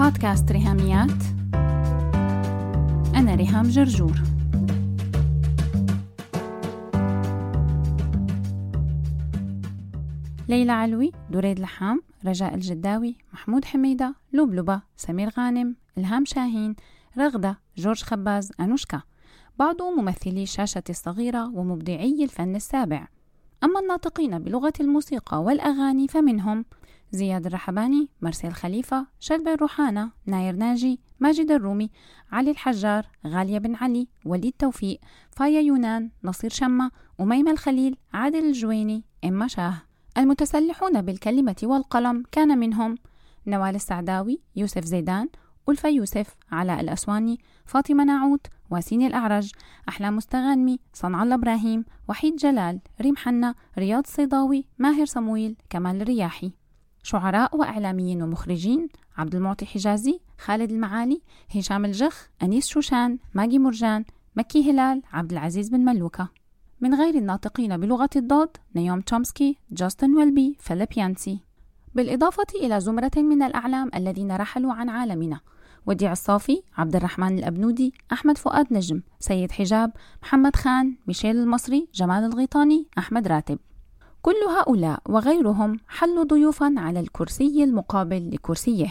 بودكاست ريهاميات. أنا ريهام جرجور. ليلى علوي، دريد لحام، رجاء الجداوي، محمود حميدة، لبلبة، سمير غانم، إلهام شاهين، رغدة، جورج خباز، أنوشكا، بعض ممثلي الشاشة الصغيرة ومبدعي الفن السابع. أما الناطقين بلغة الموسيقى والأغاني فمنهم زياد الرحباني، مرسيل خليفة، شلبي الروحانة، ناير ناجي، ماجد الرومي، علي الحجار، غالية بن علي، وليد توفيق، فايا يونان، نصير شمة، أميمة الخليل، عادل الجويني، إما شاه. المتسلحون بالكلمة والقلم كان منهم نوال السعداوي، يوسف زيدان، ألفا يوسف، علاء الأسواني، فاطمة ناعوت، واسين الأعرج، أحلام مستغانمي، صنع الله إبراهيم، وحيد جلال، ريم حنا، رياض صيداوي، ماهر صمويل، كمال الرياحي. شعراء وإعلاميين ومخرجين: عبد المعطي حجازي، خالد المعالي، هشام الجخ، أنيس شوشان، ماجي مرجان، مكي هلال، عبد العزيز بن ملوكة. من غير الناطقين بلغة الضاد: نيوم تشومسكي، جاستن ويلبي، فيليب يانسي. بالإضافة إلى زمرة من الأعلام الذين رحلوا عن عالمنا: وديع الصافي، عبد الرحمن الأبنودي، أحمد فؤاد نجم، سيد حجاب، محمد خان، ميشيل المصري، جمال الغيطاني، أحمد راتب. كل هؤلاء وغيرهم حلوا ضيوفا على الكرسي المقابل لكرسيه،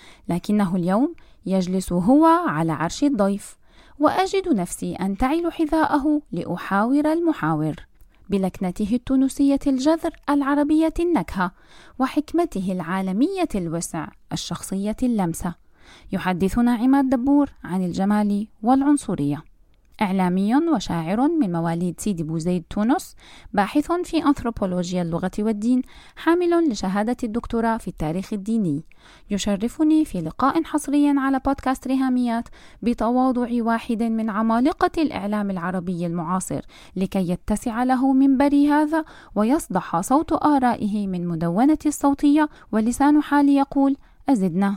لكنه اليوم يجلس هو على عرش الضيف، وأجد نفسي أنتعل حذاءه لأحاور المحاور بلكنته التونسية الجذر، العربية النكهة، وحكمته العالمية الوسع، الشخصية اللمسة. يحدثنا عماد دبور عن الجمال والعنصرية. إعلامي وشاعر من مواليد سيدي بوزيد تونس، باحث في أنثروبولوجيا اللغة والدين، حامل لشهادة الدكتوراه في التاريخ الديني. يشرفني في لقاء حصري على بودكاست ريهاميات بتواضع واحد من عمالقة الإعلام العربي المعاصر، لكي يتسع له منبري هذا ويصدح صوت آرائه من مدونة الصوتية، ولسان حالي يقول: أزدنا.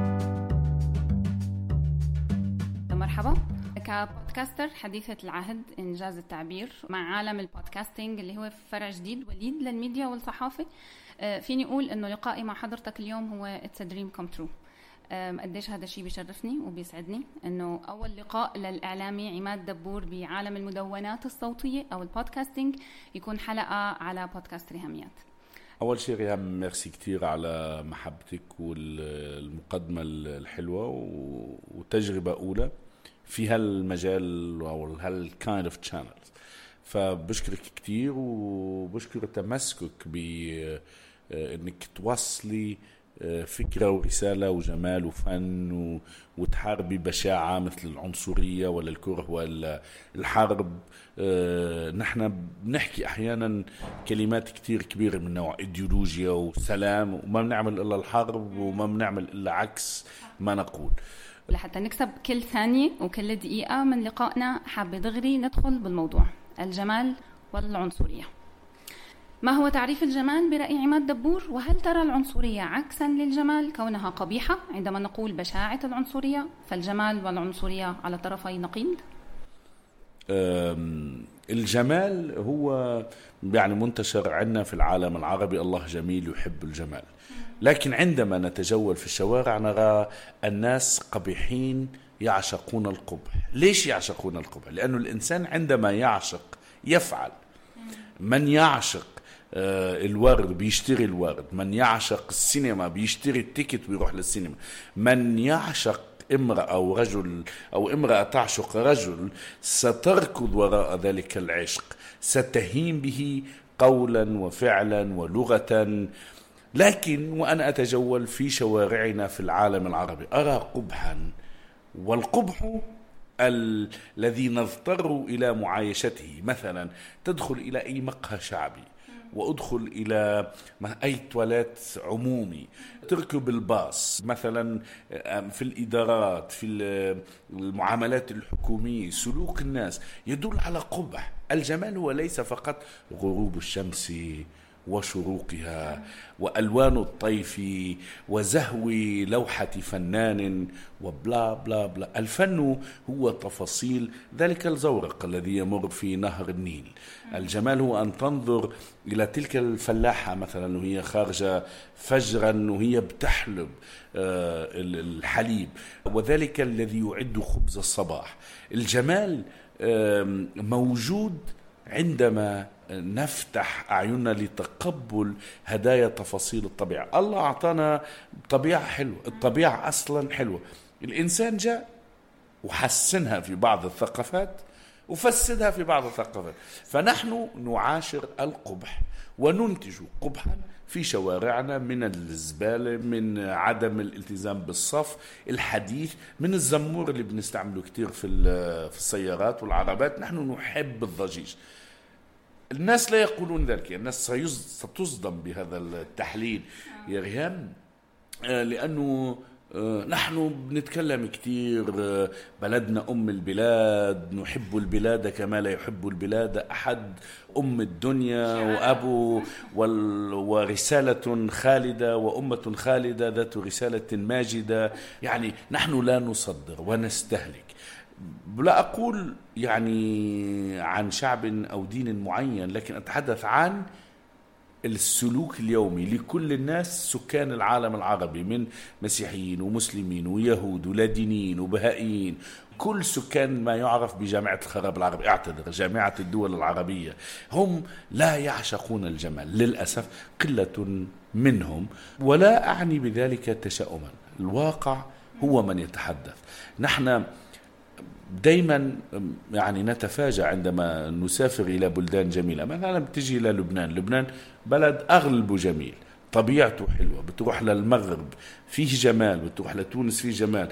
مرحبا كبودكاستر حديثة العهد إنجاز التعبير مع عالم البودكاستينج اللي هو فرع جديد وليد للميديا والصحافة. فيني أقول إنه لقائي مع حضرتك اليوم هو It's a dream come true. قديش هذا الشيء بيشرفني وبيسعدني إنه أول لقاء للإعلامي عماد دبور بعالم المدونات الصوتية أو البودكاستينج يكون حلقة على بودكاست ريهاميات. أول شيء ريهام، ميرسي كتير على محبتك والمقدمة الحلوة وتجربة أولى في هالمجال أو هالكايند اوف channels. فبشكرك كتير وبشكر تمسكك بأنك توصلي فكرة ورسالة وجمال وفن وتحاربي بشاعة مثل العنصرية ولا الكره ولا الحرب. نحن بنحكي أحيانا كلمات كتير كبيرة من نوع إيديولوجيا وسلام، وما بنعمل إلا الحرب وما بنعمل إلا عكس ما نقول. لحتى نكسب كل ثانية وكل دقيقة من لقائنا حابة دغري ندخل بالموضوع: الجمال والعنصرية. ما هو تعريف الجمال برأي عماد دبور؟ وهل ترى العنصرية عكسا للجمال كونها قبيحة؟ عندما نقول بشاعة العنصرية، فالجمال والعنصرية على طرفي نقيض. الجمال هو يعني منتشر عندنا في العالم العربي، الله جميل يحب الجمال، لكن عندما نتجول في الشوارع نرى الناس قبيحين يعشقون القبح. ليش يعشقون القبح؟ لأنه الإنسان عندما يعشق يفعل. من يعشق الورد بيشتري الورد، من يعشق السينما بيشتري التيكت ويروح للسينما، من يعشق امرأة أو رجل أو امرأة تعشق رجل ستركض وراء ذلك العشق، ستهين به قولا وفعلا ولغة. لكن وأنا أتجول في شوارعنا في العالم العربي أرى قبحا، والقبح الذي نضطر إلى معايشته. مثلا تدخل إلى أي مقهى شعبي وأدخل إلى أي تواليت عمومي، تركب الباص مثلا، في الإدارات، في المعاملات الحكومية، سلوك الناس يدل على قبح. الجمال هو ليس فقط غروب الشمس وشروقها وألوان الطيف وزهو لوحة فنان وبلا بلا بلا. الفن هو تفاصيل ذلك الزورق الذي يمر في نهر النيل. الجمال هو أن تنظر إلى تلك الفلاحة مثلا وهي خارجة فجرا وهي بتحلب الحليب، وذلك الذي يعد خبز الصباح. الجمال موجود عندما نفتح أعيننا لتقبل هدايا تفاصيل الطبيعة. الله أعطانا طبيعة حلوة، الطبيعة أصلا حلوة، الإنسان جاء وحسنها في بعض الثقافات وفسدها في بعض الثقافات، فنحن نعاشر القبح وننتج قبحا في شوارعنا من الزبالة، من عدم الالتزام بالصف الحديث، من الزمور اللي بنستعمله كتير في السيارات والعربات. نحن نحب الضجيج. الناس لا يقولون ذلك، الناس ستصدم بهذا التحليل يا ريهام، لأنه نحن بنتكلم كتير بلدنا أم البلاد، نحب البلاد كما لا يحب البلاد أحد، أم الدنيا وأبو ورسالة خالدة وأمة خالدة ذات رسالة ماجدة. يعني نحن لا نصدر ونستهلك. لا أقول يعني عن شعب أو دين معين، لكن أتحدث عن السلوك اليومي لكل الناس سكان العالم العربي، من مسيحيين ومسلمين ويهود ولادينيين وبهائيين، كل سكان ما يعرف بجامعة الخراب العربي، جامعة الدول العربية، هم لا يعشقون الجمال للأسف، قلة منهم. ولا أعني بذلك تشاؤما، الواقع هو من يتحدث. نحن دايما يعني نتفاجأ عندما نسافر إلى بلدان جميلة. مثلا بتجي إلى لبنان بلد أغلب جميل، طبيعته حلوة، بتروح للمغرب فيه جمال، بتروح لتونس فيه جمال،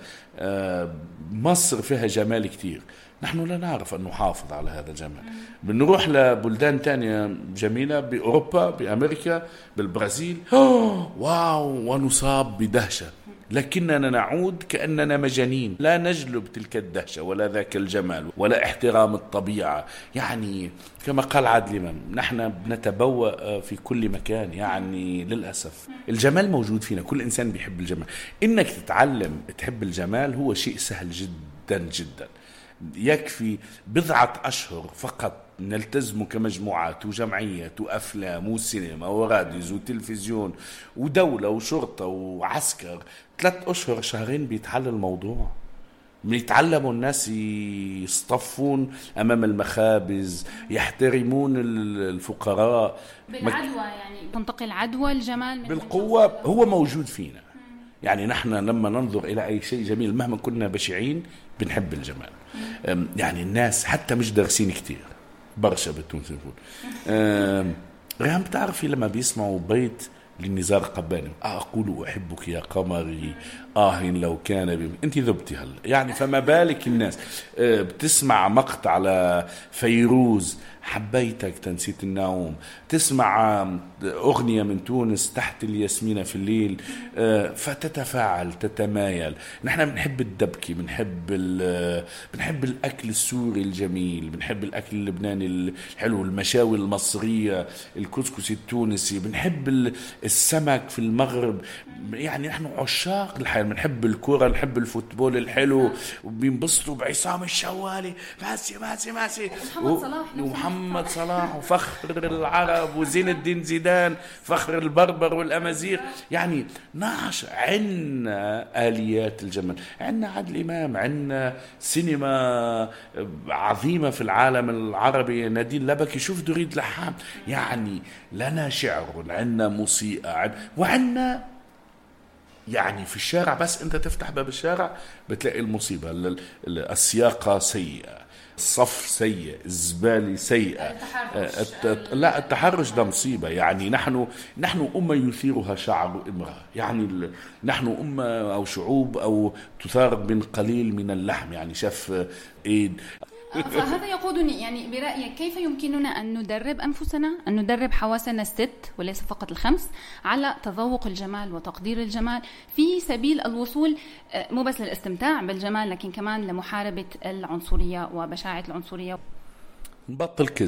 مصر فيها جمال كتير. نحن لا نعرف أن نحافظ على هذا الجمال. بنروح لبلدان تانية جميلة بأوروبا، بأمريكا، بالبرازيل، واو، ونصاب بدهشة، لكننا نعود كأننا مجانين، لا نجلب تلك الدهشة ولا ذاك الجمال ولا احترام الطبيعة. يعني كما قال عادل إمام، نحن بنتبوأ في كل مكان. يعني للأسف الجمال موجود فينا، كل إنسان بيحب الجمال. إنك تتعلم تحب الجمال هو شيء سهل جدا جدا. يكفي بضعة أشهر فقط نلتزم كمجموعات وجمعيات وأفلام وسينما وراديو وتلفزيون ودولة وشرطة وعسكر، 3 أشهر شهرين بيتحل الموضوع. بيتعلموا الناس يصطفون أمام المخابز، يحترمون الفقراء بالعدوى، يعني تنتقل عدوى الجمال بالقوة. هو موجود فينا. يعني نحن لما ننظر إلى أي شيء جميل مهما كنا بشعين بنحب الجمال. يعني الناس حتى مش دارسين كتير برشا بالتونس يقول ريهام، بتعرفي لما بيسمعوا بيت للنزار قباني، أقول أحبك يا قمري لو كان أنت ذبتي هلا، يعني فما بالك الناس بتسمع مقطع على فيروز حبيتك تنسيت النوم، تسمع أغنية من تونس تحت الياسمين في الليل، فتتفاعل تتمايل. نحن بنحب الدبكة، بنحب الأكل السوري الجميل، بنحب الأكل اللبناني الحلو، المشاوي المصرية، الكسكس التونسي، بنحب السمك في المغرب. يعني نحن عشاق الحياة، بنحب الكرة، نحب الفوتبول الحلو، وبينبسطوا بعصام الشوالي ماسي ومحمد صلاح وفخر العرب وزين الدين زيدان فخر البربر والأمازيغ. يعني نعش عنا آليات الجمال، عنا عادل إمام، عنا سينما عظيمة في العالم العربي، نادين لبكي، شوف دريد لحام. يعني لنا شعر، عنا موسيقى، وعنا يعني في الشارع بس انت تفتح باب الشارع بتلاقي المصيبة، السياقة سيئة، الصف سيء، الزبالة سيئة، لا التحرش ده مصيبة. يعني نحن أمة يثيرها شعر امرأة، يعني نحن أمة أو شعوب أو تثار من قليل من اللحم، يعني شاف إيد. فهذا يقودني يعني برأيك كيف يمكننا أن ندرب أنفسنا، أن ندرب حواسنا 6 وليس فقط 5 على تذوق الجمال وتقدير الجمال في سبيل الوصول مو بس للاستمتاع بالجمال لكن كمان لمحاربة العنصرية وبشاعة العنصرية. نبطل كذب،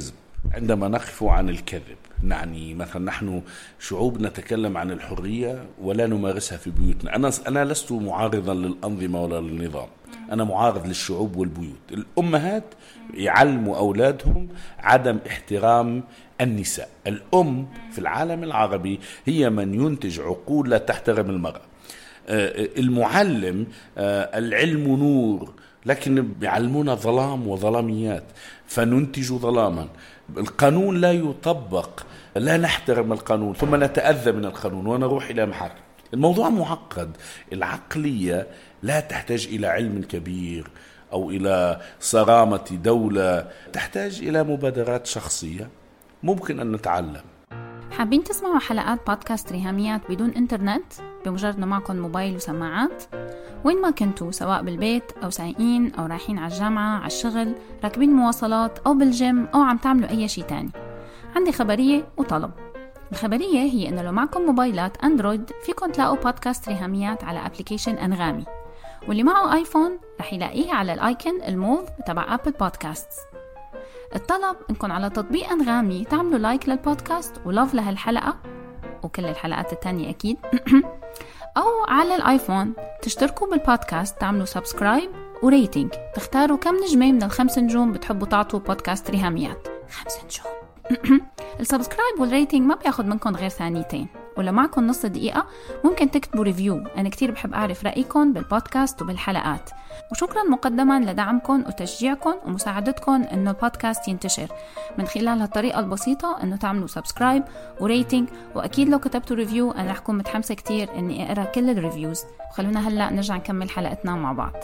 عندما نقف عن الكذب. يعني مثلا نحن شعوب نتكلم عن الحرية ولا نمارسها في بيوتنا. أنا لست معارضا للأنظمة ولا للنظام، أنا معارض للشعوب والبيوت. الأمهات يعلموا أولادهم عدم احترام النساء. الأم في العالم العربي هي من ينتج عقول لا تحترم المرأة. المعلم العلم نور، لكن بيعلمونا ظلام وظلاميات فننتج ظلاما. القانون لا يطبق، لا نحترم القانون ثم نتأذى من القانون ونروح إلى محاكم. الموضوع معقد. العقلية لا تحتاج إلى علم كبير أو إلى صرامة دولة، تحتاج إلى مبادرات شخصية ممكن أن نتعلم. حابين تسمعوا حلقات بودكاست ريهاميات بدون إنترنت بمجرد ما معكم موبايل وسماعات؟ وين ما كنتوا، سواء بالبيت أو سايقين أو رايحين على الجامعة، على الشغل، راكبين مواصلات أو بالجيم أو عم تعملوا أي شيء تاني، عندي خبرية وطلب. الخبرية هي إنه لو معكم موبايلات أندرويد فيكم تلاقوا بودكاست ريهاميات على أبليكيشن أنغامي، واللي معه آيفون رح يلاقيه على الآيكون الموف تبع أبل بودكاست. الطلب إنكم على تطبيق أنغامي تعملوا لايك للبودكاست ولوف لهالحلقة وكل الحلقات التانية أكيد أو على الآيفون تشتركوا بالبودكاست، تعملوا سبسكرايب وريتينج، تختاروا كم نجمة من ال5 نجوم بتحبوا تعطوا بودكاست ريهاميات. 5 نجوم. السبسكرايب والريتينج ما بياخد منكم غير ثانيتين، ولو معكم نص دقيقة ممكن تكتبوا ريفيو. أنا كتير بحب أعرف رأيكم بالبودكاست وبالحلقات. وشكرا مقدما لدعمكم وتشجيعكم ومساعدتكم إنه البودكاست ينتشر من خلال هالطريقة البسيطة، إنه تعملوا سبسكرايب وريتينج. وأكيد لو كتبتوا ريفيو أنا رح أكون متحمسة كتير إني أقرأ كل الريفيوز. وخلونا هلأ نرجع نكمل حلقتنا مع بعض.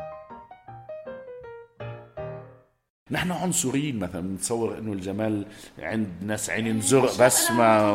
نحن عنصريين مثلا، نتصور انه الجمال عند ناس عين زرق بس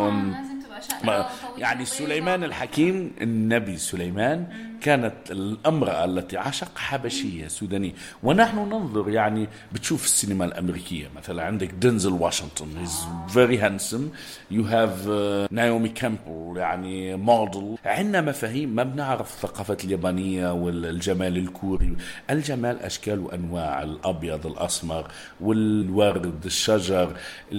ما يعني سليمان الحكيم، النبي سليمان كانت الامرأة التي عشق حبشية سودانية. ونحن ننظر يعني بتشوف السينما الأمريكية مثلا عندك دينزل واشنطن he's very handsome, you have نايومي كامبل يعني موديل. عندنا مفاهيم ما بنعرف الثقافة اليابانية والجمال الكوري. الجمال أشكال وأنواع، الأبيض الأسمر والورد الشجر.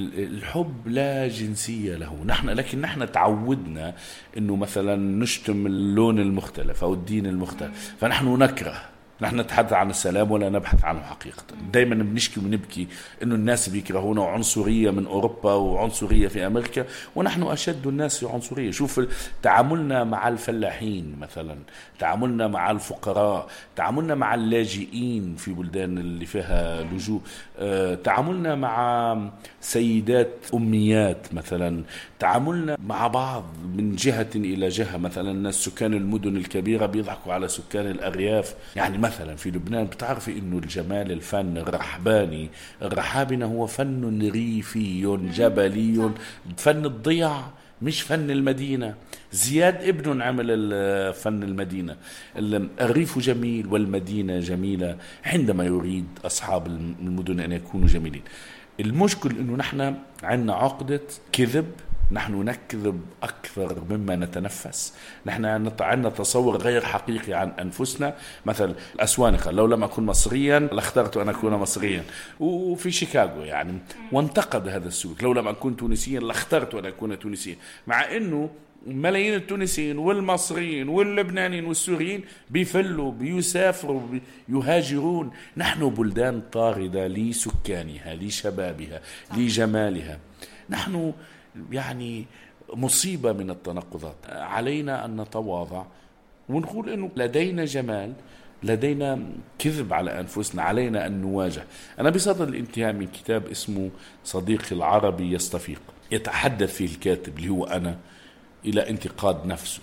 الحب لا جنسية له. لكن نحن تعودنا إنه مثلا نشتم اللون المختلف أو الدين المختلف، فنحن نكره. نحن نتحدث عن السلام ولا نبحث عنه حقيقة. دايما بنشكي ونبكي إنه الناس بيكرهونا، وعنصرية من أوروبا وعنصرية في أمريكا، ونحن أشد الناس في عنصرية. شوف تعاملنا مع الفلاحين مثلا، تعاملنا مع الفقراء، تعاملنا مع اللاجئين في بلدان اللي فيها لجوء، تعاملنا مع سيدات أميات مثلا، تعاملنا مع بعض من جهة إلى جهة. مثلا الناس سكان المدن الكبيرة بيضحكوا على سكان الأرياف. يعني مثلا في لبنان بتعرفي إنه الجمال الفن الرحباني الرحابنة هو فن ريفي جبلي، فن الضيع مش فن المدينة. زياد ابن عمل فن المدينة. الريف جميل والمدينة جميلة عندما يريد أصحاب المدن أن يكونوا جميلين. المشكل إنه نحن عندنا عقدة كذب، نحن نكذب أكثر مما نتنفس. نحن عندنا تصور غير حقيقي عن أنفسنا. مثلا الأسوانقة، لو لم أكن مصريا لاخترت أن أكون مصريا. وفي شيكاغو يعني وانتقد هذا السلوك، لو لم أكن تونسيا لاخترت أن أكون تونسيا. مع أنه ملايين التونسيين والمصريين واللبنانيين والسوريين بيفلوا بيسافروا يهاجرون. نحن بلدان طاردة لسكانها لشبابها لجمالها. نحن يعني مصيبة من التناقضات. علينا أن نتواضع ونقول إنه لدينا جمال، لدينا كذب على أنفسنا، علينا أن نواجه. أنا بصدد الانتهاء من كتاب اسمه صديقي العربي يستفيق، يتحدث فيه الكاتب اللي هو أنا إلى انتقاد نفسه،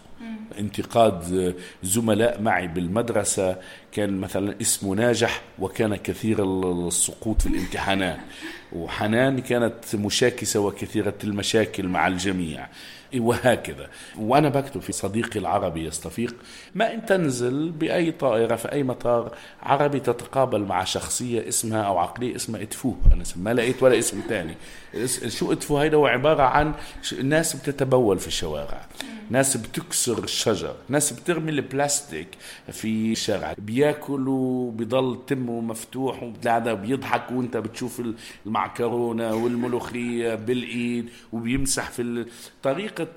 انتقاد زملاء معي بالمدرسة. كان مثلا اسمه ناجح وكان كثير السقوط في الامتحانات، وحنان كانت مشاكسة وكثيرة المشاكل مع الجميع، وهكذا. وأنا بكتب في صديقي العربي يستفيق، ما أن تنزل بأي طائرة في أي مطار عربي تتقابل مع شخصية اسمها أو عقلية اسمها إتفوه. أنا ما لقيت ولا اسم تاني. شو إتفوه؟ هيدا هو عبارة عن ناس بتتبول في الشوارع، ناس بتكسر الشجر، ناس بترمي البلاستيك في الشارع، بياكل وبيضل تمه مفتوح وبتلاقيه بيضحك وانت بتشوف المعكرونة والملوخية بالإيد وبيمسح في طريقة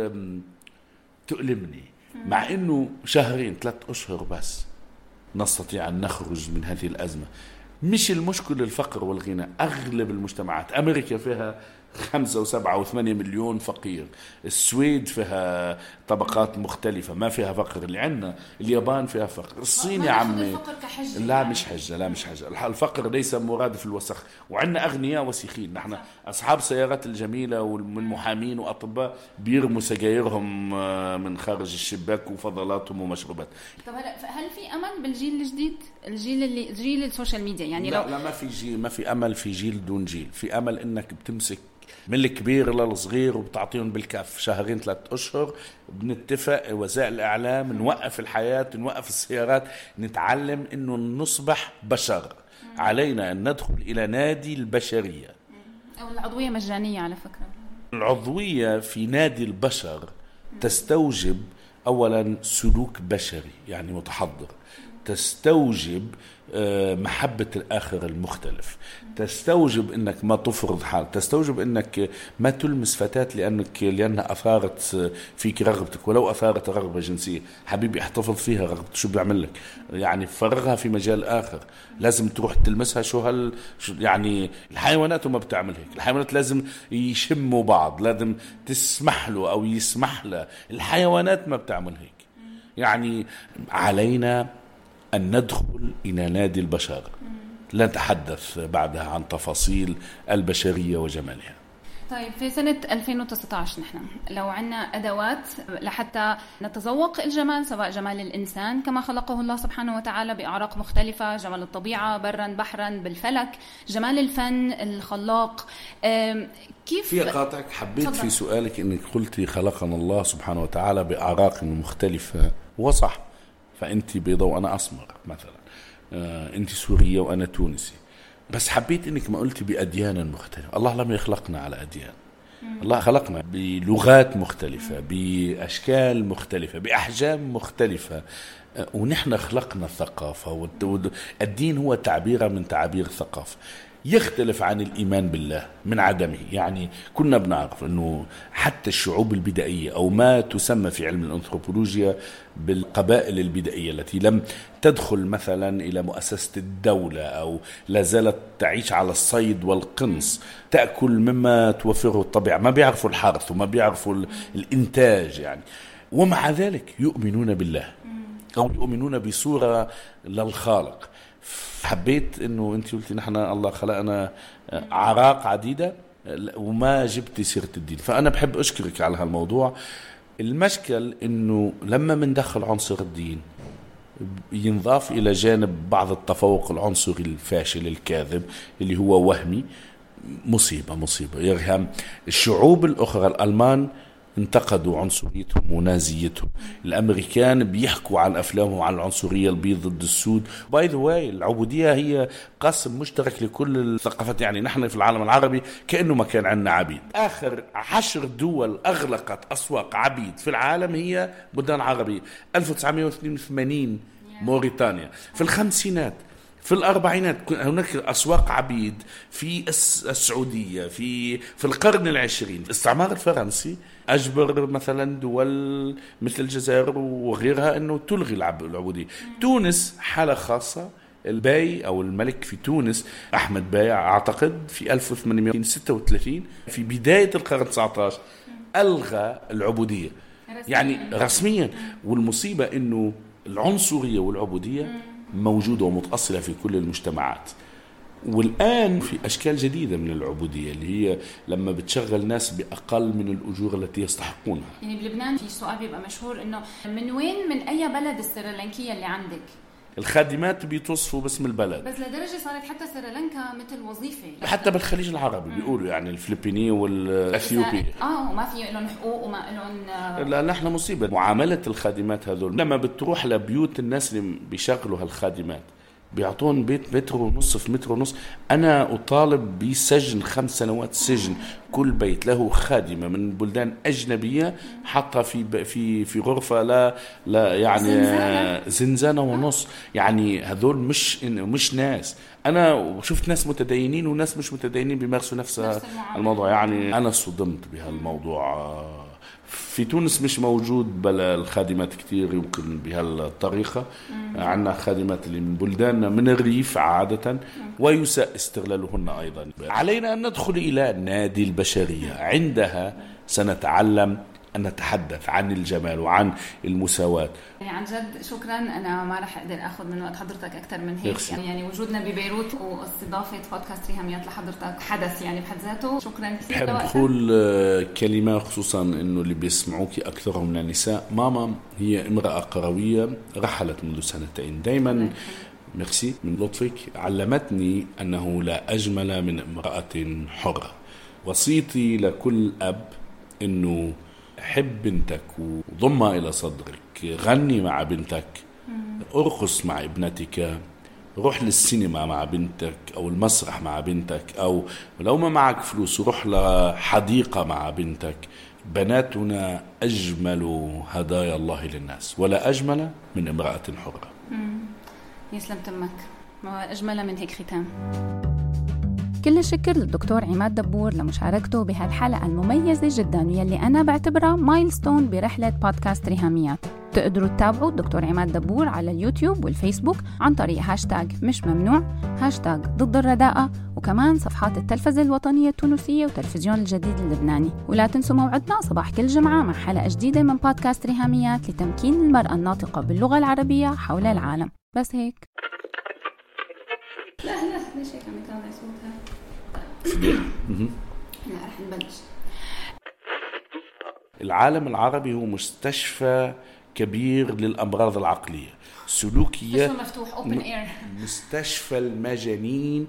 تؤلمني. مع انه 2-3 أشهر بس نستطيع أن نخرج من هذه الأزمة. مش المشكلة الفقر والغنى. أغلب المجتمعات، أمريكا فيها 5 و7 و8 مليون فقير، السويد فيها طبقات مختلفة ما فيها فقر اللي عندنا، اليابان فيها فقر، الصين يا عمي لا مش حجة، لا مش حجة. الفقر ليس مرادف الوسخ، وعندنا أغنياء وسيخين. نحن أصحاب سيارات الجميلة والمحامين وأطباء بيرموا سجايرهم من خارج الشباك وفضلاتهم ومشروبات. طب هل في أمل بالجيل الجديد، جيل السوشيال ميديا؟ يعني لا ما في جيل، ما في أمل في جيل دون جيل. في أمل إنك بتمسك من الكبير للصغير وبتعطيهم بالكف 2-3 أشهر، بنتفق وسائل الإعلام نوقف الحياة، نوقف السيارات، نتعلم إنه نصبح بشر. علينا أن ندخل إلى نادي البشرية. أو العضوية مجانية على فكرة. العضوية في نادي البشر تستوجب أولا سلوك بشري يعني متحضر، تستوجب محبة الآخر المختلف، تستوجب أنك ما تفرض حال، تستوجب أنك ما تلمس فتاة لأنها أثارت فيك رغبتك، ولو أثارت رغبة جنسية. حبيبي احتفظ فيها رغبتك، شو بيعمل لك؟ يعني فرغها في مجال آخر. لازم تروح تلمسها. يعني الحيوانات ما بتعمل هيك. الحيوانات لازم يشموا بعض، لازم تسمح له أو يسمح له. الحيوانات ما بتعمل هيك. يعني علينا أن ندخل إلى نادي البشر. لا نتحدث بعدها عن تفاصيل البشرية وجمالها. طيب في سنة 2019 نحن لو عنا أدوات لحتى نتذوق الجمال، سواء جمال الإنسان كما خلقه الله سبحانه وتعالى بأعراق مختلفة، جمال الطبيعة برا بحرا بالفلك، جمال الفن الخلاق، كيف في قاطعك حبيت في سؤالك إنك قلتي خلقنا الله سبحانه وتعالى بأعراق مختلفة، وصح. فأنت بيضاء وأنا أسمر مثلا، أنت سورية وأنا تونسي، بس حبيت إنك ما قلتي بأديان مختلفة. الله لم يخلقنا على أديان. الله خلقنا بلغات مختلفة، بأشكال مختلفة، بأحجام مختلفة، ونحن خلقنا الثقافة. والدين هو تعبير من تعابير الثقافة. يختلف عن الإيمان بالله من عدمه. يعني كنا بنعرف أنه حتى الشعوب البدائية أو ما تسمى في علم الأنثروبولوجيا بالقبائل البدائية التي لم تدخل مثلا إلى مؤسسة الدولة أو لا زالت تعيش على الصيد والقنص، تأكل مما توفره الطبيعة، ما بيعرفوا الحرث وما بيعرفوا الإنتاج يعني، ومع ذلك يؤمنون بالله أو يؤمنون بصورة للخالق. حبيت انه انت قلتي نحن الله خلقنا اعراق عديده وما جبتي سيره الدين، فانا بحب اشكرك على هالموضوع. المشكل انه لما مندخل عنصر الدين ينضاف الى جانب بعض التفوق العنصري الفاشل الكاذب اللي هو وهمي. مصيبه يرهم. الشعوب الاخرى الالمان انتقدوا عنصريتهم ونازيتهم، الامريكان بيحكوا عن افلامهم عن العنصريه البيض ضد السود. باي ذا واي العبوديه هي قسم مشترك لكل الثقافات. يعني نحن في العالم العربي كانه ما كان عندنا عبيد. اخر 10 دول اغلقت اسواق عبيد في العالم هي بلدان عربيه. 1982 موريتانيا، في الخمسينات، في الأربعينات هناك أسواق عبيد في السعودية، في القرن العشرين. الاستعمار الفرنسي أجبر مثلا دول مثل الجزائر وغيرها أنه تلغي العبودية. تونس حالة خاصة. الباي أو الملك في تونس أحمد باي أعتقد في 1836 في بداية القرن 19 ألغى العبودية يعني رسميا. والمصيبة أنه العنصرية والعبودية موجودة ومتأصلة في كل المجتمعات. والآن في أشكال جديدة من العبودية اللي هي لما بتشغل ناس بأقل من الأجور التي يستحقونها. يعني بلبنان في سؤال بيبقى مشهور إنه من أي بلد السريلانكية اللي عندك؟ الخادمات بيتوصفوا باسم البلد، بس لدرجة صارت حتى سريلانكا مثل وظيفة. حتى بالخليج العربي بيقولوا يعني الفلبيني والأثيوبي وما في لهم حقوق وما لهم. لا نحن مصيبة معاملة الخادمات هذول. لما بتروح لبيوت الناس اللي بيشغلوا هالخادمات بيعطون بيت متر ونص في متر ونص. أنا أطالب بسجن 5 سنوات سجن. كل بيت له خادمة من بلدان أجنبية حطها في غرفة لا يعني زنزانة ونص. يعني هذول مش ناس. أنا شفت ناس متدينين وناس مش متدينين بيمارسوا نفس الموضوع. يعني أنا صدمت بهالموضوع. في تونس مش موجود بلا الخادمات كتير يمكن بهالطريقة. عندنا خادمات اللي من بلداننا من الريف عادة ويساء استغلالهن أيضا. علينا أن ندخل إلى نادي البشرية. عندها سنتعلم أن نتحدث عن الجمال وعن المساواة. يعني عن جد شكرا. أنا ما رح أقدر أخذ من وقت حضرتك أكثر من هيك. يعني وجودنا ببيروت واستضافة بودكاست ريهاميات لحضرتك حدث يعني بحد ذاته. شكرا كثير. بحب أقول كلمة خصوصا إنه اللي بيسمعوك أكثرهم من النساء. ماما هي امرأة قروية رحلت منذ 2 سنين. دايما ميرسي من لطفك. علمتني أنه لا أجمل من امرأة حرة. وصيتي لكل أب إنه حب بنتك وضمها إلى صدرك. غني مع بنتك، ارقص مع ابنتك، روح للسينما مع بنتك أو المسرح مع بنتك، أو لو ما معك فلوس روح لحديقة مع بنتك. بناتنا أجمل هدايا الله للناس ولا أجمل من امرأة حرة. يسلم تمك. ما أجمل من هيك ختام. كل الشكر للدكتور عماد دبور لمشاركته بهالحلقة المميزة جدا يلي أنا بعتبرها مايلستون برحلة بودكاست ريهاميات. تقدروا تتابعوا الدكتور عماد دبور على اليوتيوب والفيسبوك عن طريق هاشتاج مش ممنوع، هاشتاج ضد الرداءة، وكمان صفحات التلفزة الوطنية التونسية وتلفزيون الجديد اللبناني. ولا تنسوا موعدنا صباح كل جمعة مع حلقة جديدة من بودكاست ريهاميات لتمكين المرأة الناطقة باللغة العربية حول العالم. بس هيك. لا ليش هيك عم يطلع صوتها؟ لا رح نبلش. العالم العربي هو مستشفى كبير للأمراض العقلية سلوكية. مفتوح open air. مستشفى المجانين.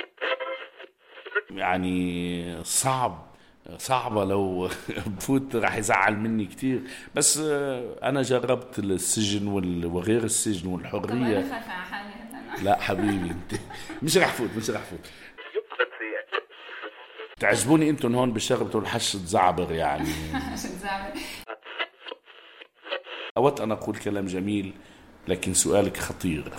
يعني صعبة لو بفوت راح يزعل مني كتير. بس أنا جربت السجن وغير السجن والحرية. لا حبيبي انت مش رح فوت. تعجبوني انتم هون بالشغل بتقول حش تزعبر. يعني أود أن أقول كلام جميل لكن سؤالك خطير.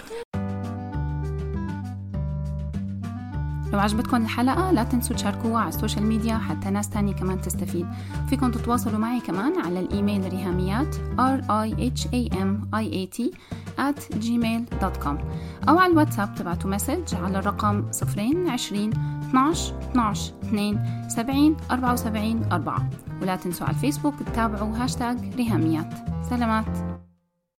لو عجبتكم الحلقة لا تنسوا تشاركوها على السوشيال ميديا حتى ناس تانية كمان تستفيد. فيكم تتواصلوا معي كمان على الإيميل ريهاميات RIHAMIAT@gmail.com أو على الواتساب تبعتوا مسج على الرقم 020 12 12 2 70 74 4. ولا تنسوا على الفيسبوك تتابعوا هاشتاج ريهاميات. سلامات.